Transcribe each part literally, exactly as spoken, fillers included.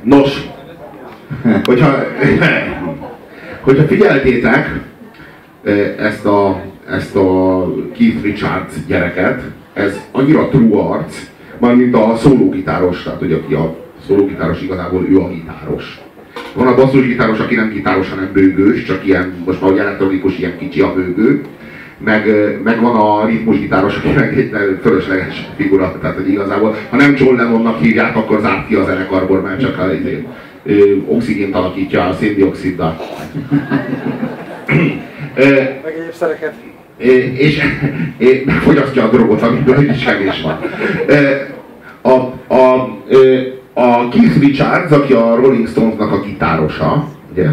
Nos, hogyha, hogyha figyeltétek ezt a, ezt a Keith Richards gyereket, ez annyira true arc, majd mint a szólógitáros, tehát hogy aki a szólógitáros igazából ő a gitáros. Van a basszusgitáros, aki nem gitáros, hanem bőgős, csak ilyen, most már elektronikus, ilyen kicsi a bőgő. Meg, meg van a ritmusgitáros, aki meg egy fölösleges figura, tehát hogy igazából, ha nem John Lennonnak hívják, akkor zárt ki a zenekarból, mert csak az oxigént alakítja a széndioxiddal. Meg egyéb szereket. És, és fogyasztja a drogot, amiből is kevés van. A, a, a Keith Richards, aki a Rolling Stonesnak a gitárosa, ugye?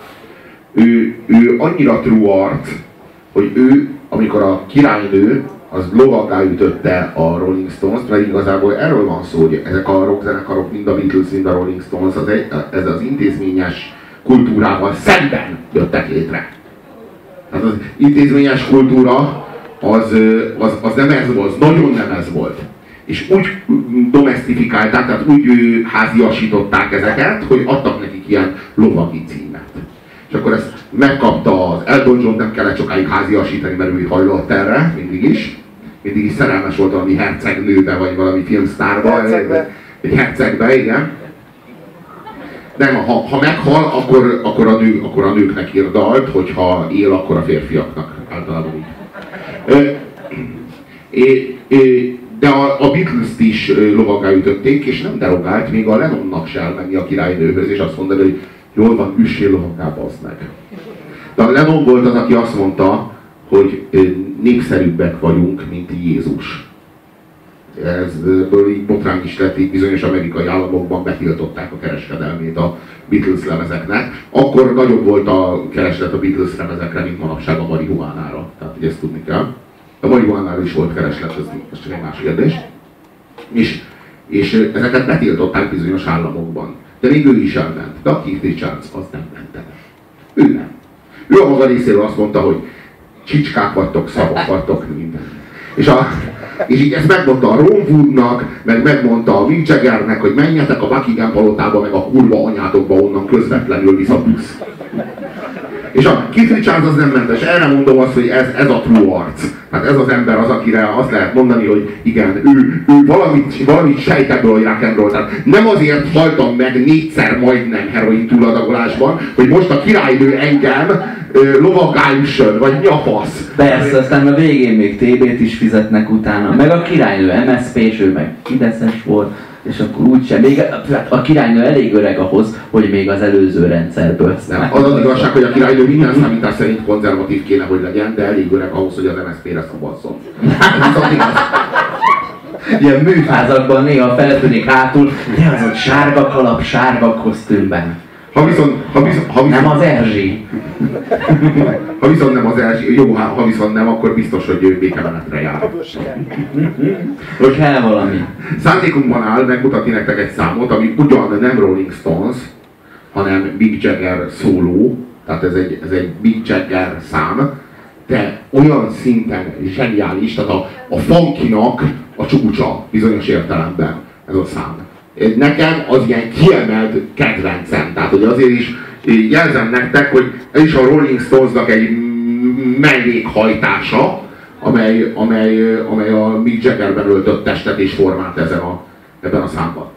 Ő, ő annyira true arc, hogy ő, amikor a királynő, az lovaggá ütötte a Rolling Stones-t, mert igazából erről van szó, hogy ezek a rockzenekarok, mind a Beatles, mind a Rolling Stones, az egy, ez az intézményes kultúrával szemben jöttek létre. Tehát az intézményes kultúra az, az, az nem ez volt, az nagyon nem ez volt. És úgy domestifikálták, tehát úgy háziasították ezeket, hogy adtak nekik ilyen lovagi címet. És akkor ezt megkapta az Elton John, nem kellett sokáig háziasítani, mert ő hajlott erre, mindig is. Mindig is szerelmes volt valami hercegnőbe, vagy valami filmsztárba. Hercegbe. Egy hercegbe, igen. Nem, ha, ha meghal, akkor, akkor, a nő, akkor a nőknek ír dalt, hogyha él, akkor a férfiaknak. Általában így. E, é, é, de a, a Beatles-t is lovaggá ütötték, és nem derogált, még a Lennonnak se elmenni a királynőhöz, és azt mondani, hogy jól van, üssél lovaggá, baszd meg. De a Lennon volt az, aki azt mondta, hogy népszerűbbek vagyunk, mint Jézus. Ebből így botrány is lett, így bizonyos amerikai államokban betiltották a kereskedelmét a Beatles lemezeknek. Akkor nagyobb volt a kereslet a Beatles lemezekre, mint manapság a marihuánára. Tehát, hogy ezt tudni kell. A marihuánára is volt kereslet, ez most csak egy más kérdés. És, és ezeket betiltották bizonyos államokban. De még ő is elment. De a Keith Richards az nem ment el. Ő nem. Ő a maga részéről azt mondta, hogy csicskák vagytok, szavak vagytok, minden. És, a, és így ezt megmondta a Ron Woodnak, meg megmondta a Mick Jaggernek, hogy menjetek a Buckingham palotába, meg a kurva anyátokba, onnan közvetlenül visz a busz. És a Keith Richards az nem ment, és erre mondom azt, hogy ez, ez a true arc. Hát ez az ember az, akire azt lehet mondani, hogy igen, ő, ő valamit, valamit sejt ebből, hogy rock and roll. Tehát nem azért haltam meg négyszer majdnem heroin túladagolásban, hogy most a királynő engem lovaggá üssön, vagy mi a fasz. Persze, aztán a végén még té bét is fizetnek utána, meg a királynő em es zé pés, ő meg fideszes volt, és akkor úgysem. Még a királynő elég öreg ahhoz, hogy még az előző rendszerből. Nem, az az igazság, hogy a királynő minden számítás szerint konzervatív kéne, hogy legyen, de elég öreg ahhoz, hogy az em es zé pére szavazzon. Ilyen műházakban néha feltűnik hátul, de az ott sárga kalap, sárga kosztümben. Ha viszont, ha viszont, ha viszont, nem az Erzsi. Ha viszont nem az Erzsi, jó, ha viszont nem, akkor biztos, hogy ő békemenetre jár. Hogy kell valami. Szándékunkban áll megmutatni nektek egy számot, ami ugyan nem Rolling Stones, hanem Mick Jagger szóló, tehát ez egy, ez egy Mick Jagger szám, de olyan szinten zseniális, tehát a, a funkinak a csúcsa bizonyos értelemben ez a szám. Nekem az ilyen kiemelt kedvencem, tehát hogy azért is jelzem nektek, hogy ez is a Rolling Stonesnak egy mellékhajtása, amely, amely, amely a Mick Jaggerben öltött testet és formát ezen a, ebben a számban.